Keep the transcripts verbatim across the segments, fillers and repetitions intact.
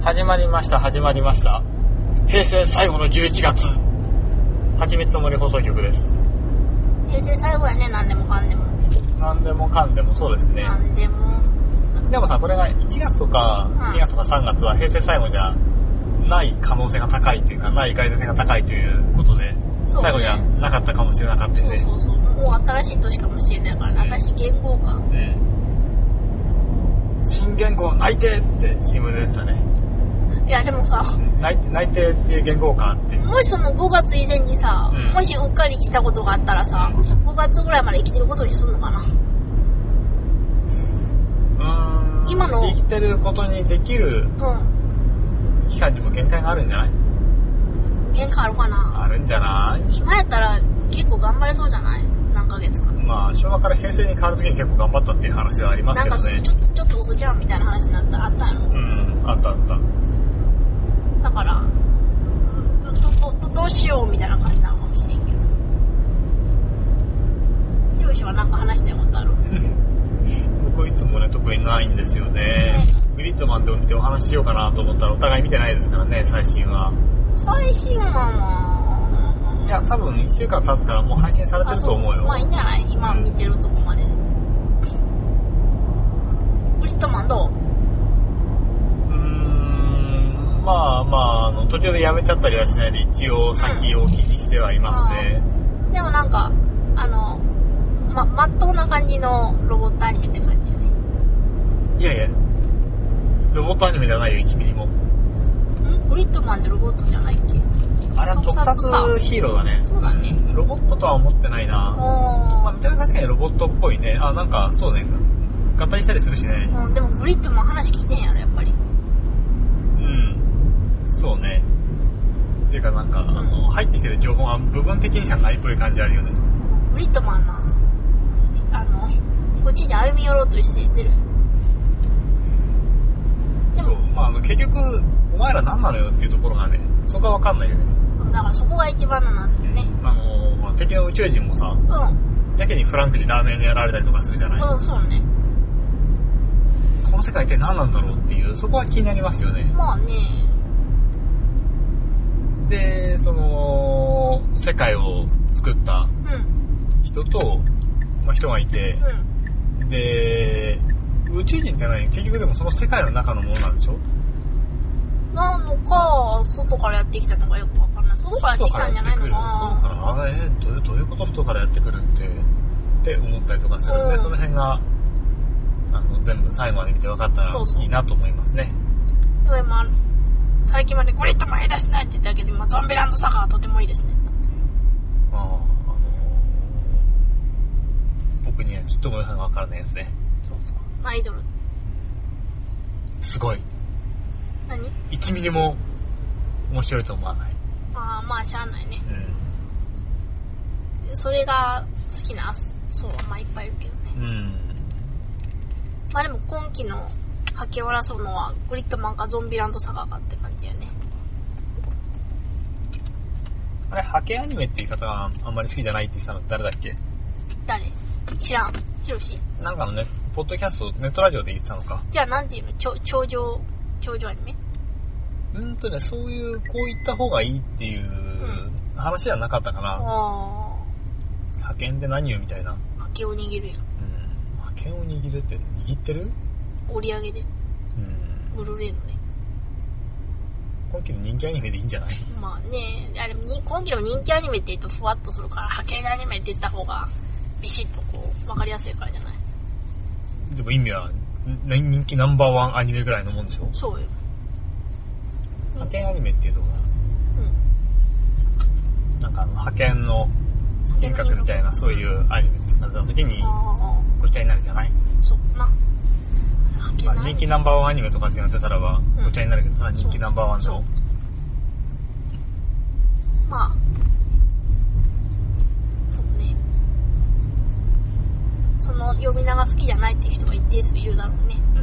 始まりました始まりました平成最後のじゅういちがつ、はちみつの森放送局です。 平成最後やね。何でもかんでも何でもかんでもそうですね。 何でもでもさ、これがいちがつとかにがつとかさんがつは平成最後じゃない可能性が高いというか、ない改善性が高いということで、ね、最後じゃなかったかもしれなかったんで、 そうそうそう、もう新しい年かもしれないからね、うん、私言語か、うん、 新言語内定って新聞で出てたね。 いやでもさ、 内, 内定っていう言語があって、 もしそのごがつ以前にさ、うん、もしうっかりしたことがあったらさ、うん、ごがつぐらいまで生きてることにするのかな。 うーん、今の生きてることにできる期間にも限界があるんじゃない？ 限界あるかな。 あるんじゃない？ 今やったら結構頑張れそうじゃない？何ヶ月か。 まあ昭和から平成に変わるときに結構頑張ったっていう話はありますけどね。 なんかちょっとちょっと遅じゃんみたいな話になったあったやろ。 うん、あったあった。 だからど, ど, どうしようみたいな感じなのかもしれんけど。ひろしは何か話したいことある？ 僕いつもね特にないんですよね。グリッドマンで見てお話ししようかなと思ったらお互い見てないですからね、最新は。 最新はまあ、 いや多分いっしゅうかん経つからもう配信されてると思うよ。 まあいいんじゃない？今見てるとこまで。グリッドマンどう？ まあまあ、あの途中でやめちゃったりはしないで一応先を気にしてはいますね、 うん、でもなんかあのままっとうな感じのロボットアニメって感じよね。 いやいやロボットアニメじゃないよ、いちミリも。 ん？グリッドマンってロボットじゃないっけ？ あれは特撮ヒーローだね。 そうだね、 うん、ロボットとは思ってないな。まあ見た目確かにロボットっぽいね。あ、なんかそうね、合体したりするしね、 うん、でもグリッドマン話聞いてんやろやっぱり。 そうね。っていうかなんか、うん、あの入ってきてる情報が部分的にしかないっぽい感じあるよね。 グリッドマンな、あのこっちに歩み寄ろうとして出る。 でもそう、まあ、あの結局お前ら何なのよっていうところがね、そこは分かんないよね。 だからそこが一番のなんだよね。 あの、まあ、敵の宇宙人もさ、うん、やけにフランクにラーメンにやられたりとかするじゃない。 うん、そうね。 この世界って何なんだろうっていう、そこは気になりますよね。 まあね。 で、その世界を作った人と、うん、まあ、人がいて、うん、で宇宙人って何？結局でもその世界の中のものなんでしょ？ なのか、外からやってきたのかよくわかんない。外からやってきたんじゃないのかな。 そうかな。あれ、どういう、どういうこと外からやってくるってって思ったりとかするんで、うん、その辺があの全部最後まで見て分かったらいいなと思いますね。 そうそう、でも今最近までグリッドマン出してないって言ったけど、今ゾンビランドサガーはとてもいいですね。 ああ、あのー、僕にはちょっともよさが分からないですね。 そうそう、アイドルすごい。 何？ いちミリも面白いと思わない。 ああ、まあしゃあないね、 うん、 それが好きなそうはまあいっぱいいるけどね。 うん、 まあでも今期の覇気を争うのはグリッドマンかゾンビランドサガーかって感じやね。 あれ、覇気アニメって言い方があんまり好きじゃないって言ってたの誰だっけ？ 誰？知らん。ヒロシ？ なんかのね、ポッドキャスト、ネットラジオで言ってたのか。 じゃあなんていうの？頂上、頂上アニメ？ うんとね、そういう、こう言った方がいいっていう話じゃなかったかな。 ああ。覇権って何よみたいな。 覇気を握るやん。 うん。覇権を握るって握ってる？ 折り上げで、うん、ブルーレイのね。 今期の人気アニメでいいんじゃない？ まあね、あれ今期の人気アニメって言うとふわっとするから、派遣アニメって言った方がビシッとこう分かりやすいからじゃない？ でも意味は人気ナンバーワンアニメぐらいのもんでしょ？ そうよ。 派遣アニメっていうところ、うん、なんかあの派遣の幻覚みたいなそういうアニメってなった時にごっちゃになるじゃない？ そうな。 まあ、人気ナンバーワンアニメとかってなってたらばごっちゃになるけどさ、うん、人気ナンバーワンでしょ。 まあそうね、その呼び名が好きじゃないっていう人が一定数いるだろうね。 うん、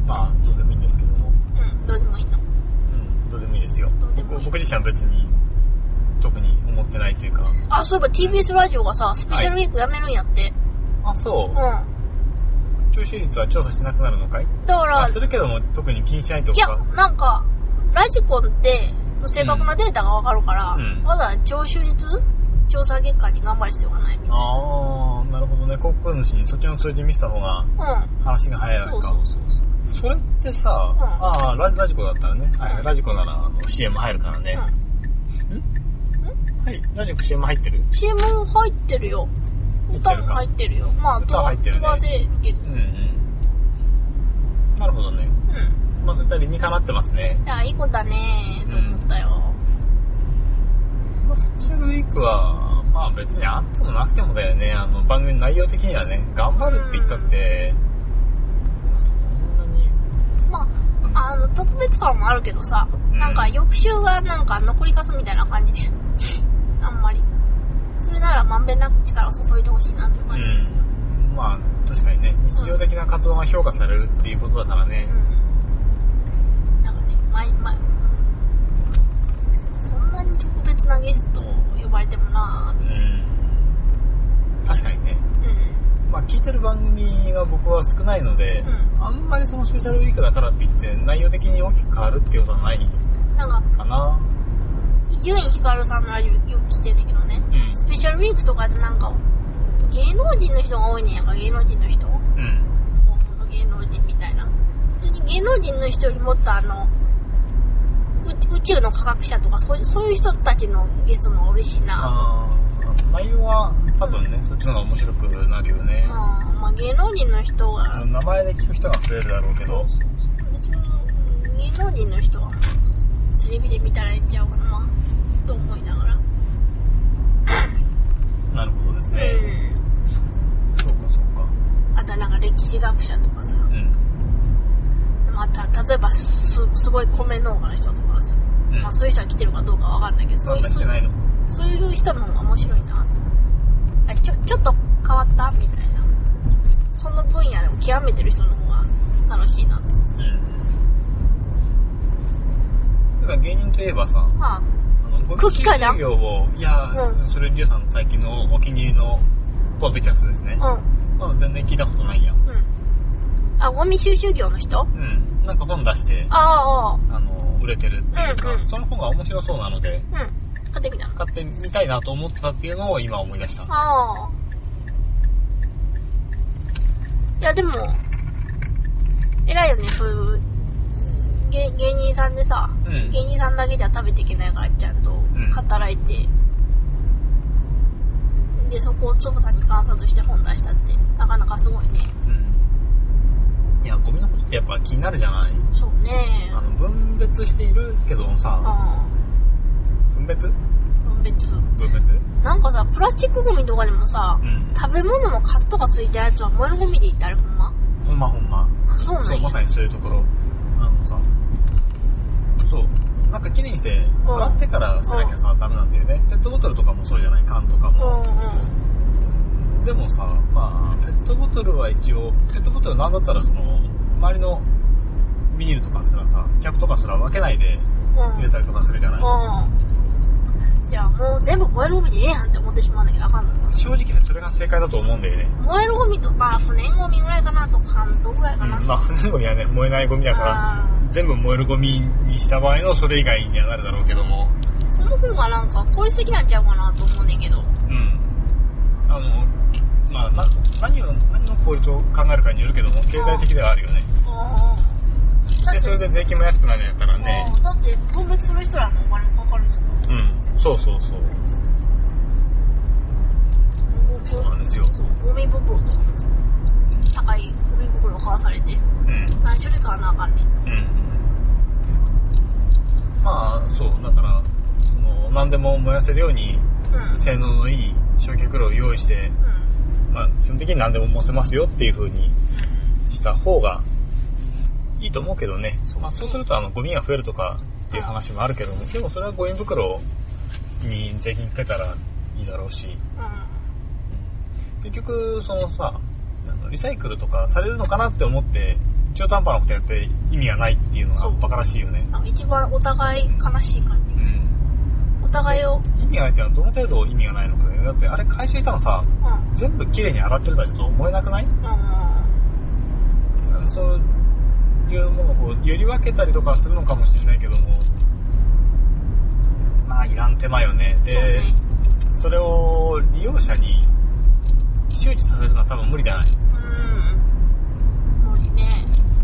まあどうでもいいんですけども。 うん、どうでもいいの。 うん、どうでもいいですよ。 どうでもいい。 僕自身は別に特に思ってないというか。 あ、そういえば ティービーエス ラジオがさスペシャルウィークやめるんやって。 あ、そう。 うん。 徴収率は調査しなくなるのかい？ だから、 するけども特に気にしないってことか。 いや、なんか、ラジコンって正確なデータがわかるから、うん、まだ徴収率調査結果に頑張る必要がないみたいな。 あー、なるほどね。広告主にそっちの数字見せた方が話が早いのか。うん、そうそうそうそう。それってさ、うん、ああ、ラ, ラジコだったらね。はい、うん、ラジコならあの シーエム 入るからね。うん、んんはい、ラジコ シーエム 入ってる？ シーエム 入ってるよ。歌も入ってるよ。まあ、 歌入ってるね。 歌で受ける。 うんうん。なるほどね。うん。まあ、そういった理にかなってますね。 いや、いい子だねーと思ったよ。 うん、まあ、スペシャルウィークは、まあ別にあってもなくてもだよね。あの、番組内容的にはね、頑張るって言ったって、うん、そんなに。 まあ、あの、特別感もあるけどさ、うん、なんか翌週がなんか残りかすみたいな感じで、あんまり。それならまんべんなく力を注いでほしいなっていう感じですよ、 うん、まあ確かにね、日常的な活動が評価されるっていうことだからね、 うん、なんかね、毎毎そんなに特別なゲスト呼ばれてもなぁ、うん、 確かにね、うん、まあ聞いてる番組が僕は少ないので、うん、あんまりそのスペシャルウィークだからって言って内容的に大きく変わるっていうことはないなんかかな。 伊集院光さんのラジオよく聞いてるんだけどね、うん、スペシャルウィークとかでなんか芸能人の人が多いねんやんか。芸能人の人、うん、この芸能人みたいな。普通に芸能人の人よりもっとあの宇宙の科学者とかそういう、そういう人たちのゲストの方が嬉しいな。 あ、内容は多分ね、うん、そっちの方が面白くなるよね。 あ、まあ芸能人の人が名前で聞く人が増えるだろうけど、そうそうそう、 別に芸能人の人はテレビで見たらええんちゃうかなと思いながら。 なるほどですね、うん、そうかそうか。 あとはなんか歴史学者とかさ、うん、また例えば す, すごい米農家の人とかさ、うん、まあ、そういう人が来てるかどうかわかんないけど、そういう人ないの、そういう人の方が面白いな。あ、ちょちょっと変わったみたいな、その分野でも極めてる人の方が楽しいなと。うん。 だから芸人といえばさ、はあ、 空気階段授業を、いや、うん、それリュウさんの最近のお気に入りのポッドキャストですね。うん。まあ、全然聞いたことないや。うん。 あ、ゴミ収集業の人？ うん。なんか本出して、ああ、あの、売れてるっていうか、うんうん、その本が面白そうなので、 うん。買ってみたの？ 買ってみたいなと思ってたっていうのを今思い出した。 ああ。いや、でも、偉いよね、そういう、芸, 芸人さんでさ、うん、芸人さんだけじゃ食べていけないからちゃんと働いて、うん、でそこをつぶさに観察して本出したってなかなかすごいね、 うん、いやゴミのことってやっぱ気になるじゃない。 そうね。 あの分別しているけどさ、分別分別分別なんかさ、プラスチックゴミとかでもさ、うん、食べ物のカスとかついたやつは燃えるゴミでいってあれほんまほんまほんま。 あ、そうなんや。 そう、まさにそういうところ。あのさ、そう、なんかきれいにして洗ってから捨てなきゃさ、ダメなんだよね。ペットボトルとかもそうじゃない、缶とかも。うんうん、でもさ、まあペットボトルは一応、ペットボトルなんだったらその周りのビニールとかすらさ、キャップとかすら分けないで入れたりとかするじゃない。うんうん、じゃあもう全部燃えるゴミでええやんって思ってしまうんだけど、あかんの。 正直ね、それが正解だと思うんだよね。 燃えるゴミとまあ不燃ゴミぐらいかなと、半度ぐらいかな。 うん、まあ不燃ゴミはね、燃えないゴミだから、全部燃えるゴミにした場合のそれ以外にはなるだろうけども。 その方がなんか効率的なんちゃうかなと思うねんけど。うん。 あの、まあな、何を、何の効率を考えるかによるけども、経済的ではあるよね。ああ。で、それで税金も安くなるんやったらね。 だって分別する人らのお金かかるしさ。 うん。そうそうそう。そうなんですよ。 そう、ゴミ袋とかもさ、高いゴミ袋を買わされて、うん、何種類買わなあかんねん。うん。 まあ、そう、だから、その、何でも燃やせるように、うん、性能のいい焼却炉を用意して、うん、まあ、基本的に何でも燃せますよっていう風にした方がいいと思うけどね。そう、まあ、そうすると、あの、ゴミが増えるとかっていう話もあるけども、でもそれはゴミ袋に税金かけたらいいだろうし、うん、結局そのさ、リサイクルとかされるのかなって思って中途半端なことやって意味がないっていうのがバカらしいよね。 一番お互い悲しい感じ、うん、お互いを意味がないっていうのはどの程度意味がないのかね。だってあれ回収したのさ、うん、全部きれいに洗ってるとはちょっと思えなくない？うん、 そういうものをこうより分けたりとかするのかもしれないけども、まあいらん手間よね。で、 そ, ねそれを利用者に周知させるのは多分無理じゃない。 うん、無理ね。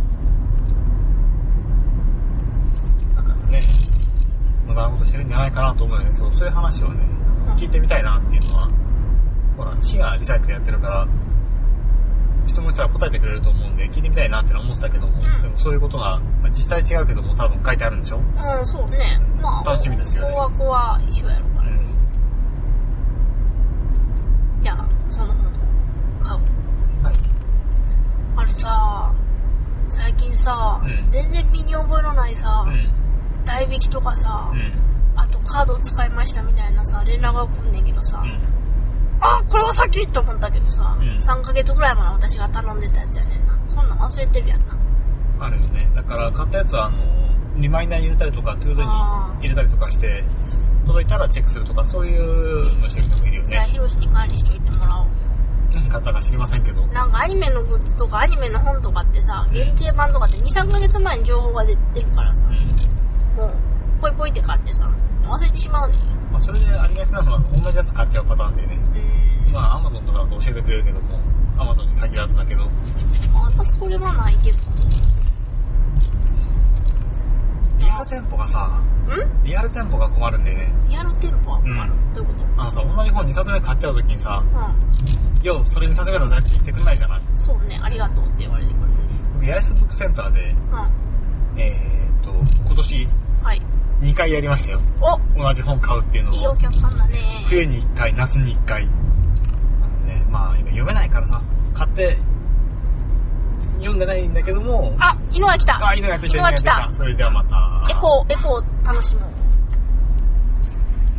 だからね、無駄なことしてるんじゃないかなと思うよね。そう、そういう話をね、うん、聞いてみたいなっていうのは、ほら、市がリサイクルやってるから、質問したら答えてくれると思うんで聞いてみたいなってのは思ってたけども、うん、でもそういうことが、まあ、実際違うけども多分書いてあるんでしょ。 うん、そうね。まあ楽しみですよね。 大枠は一緒やろうからね、うん、じゃあその本を買う。はい。あれさ、最近さ、うん、全然身に覚えのないさ、うん、代引きとかさ、うん、あとカード使いましたみたいなさ連絡が来んねんけどさ、うん、あ、これは先って思ったけどさ、うん、さんかげつぐらい前私が頼んでたやつやねんな。そんなん忘れてるやんな。 あるよね。だから買ったやつはあのリマインダーに入れたりとかトゥードに入れたりとかして届いたらチェックするとかそういうのしてる人もいるよね。 じゃあヒロシに管理しといてもらおう。 何買ったか知りませんけど、 なんかアニメのグッズとかアニメの本とかってさ、限定版とかって にさんかげつまえに情報が出てるからさ、うん、もうポイポイって買ってさ忘れてしまうねんよ。 まあ、それでありがちなのは同じやつ買っちゃうパターンでね。うん、まあアマゾンとかだと教えてくれるけども、アマゾンに限らずだけど、 またそれはないけど、 リアル店舗がさ、んリアル店舗が困るんでね。 リアル店舗は困る、うん、どういうこと？ あのさ、同じ本にさつめ買っちゃうときにさ、うん、ようそれにさつめだぜって言ってくんないじゃない。 そうね、ありがとうって言われてくるね。 僕八重洲ブックセンターで、うん、えーっと今年にかいやりましたよ。お、同じ本買うっていうのを。 いいお客さんだね。 冬にいっかい、夏にいっかい。あのね、まあ今読めないからさ、買って読んでないんだけども。 あ、犬が来た。 あ、犬が来た。犬が来た。それではまた。 エコー、エコー楽しもう。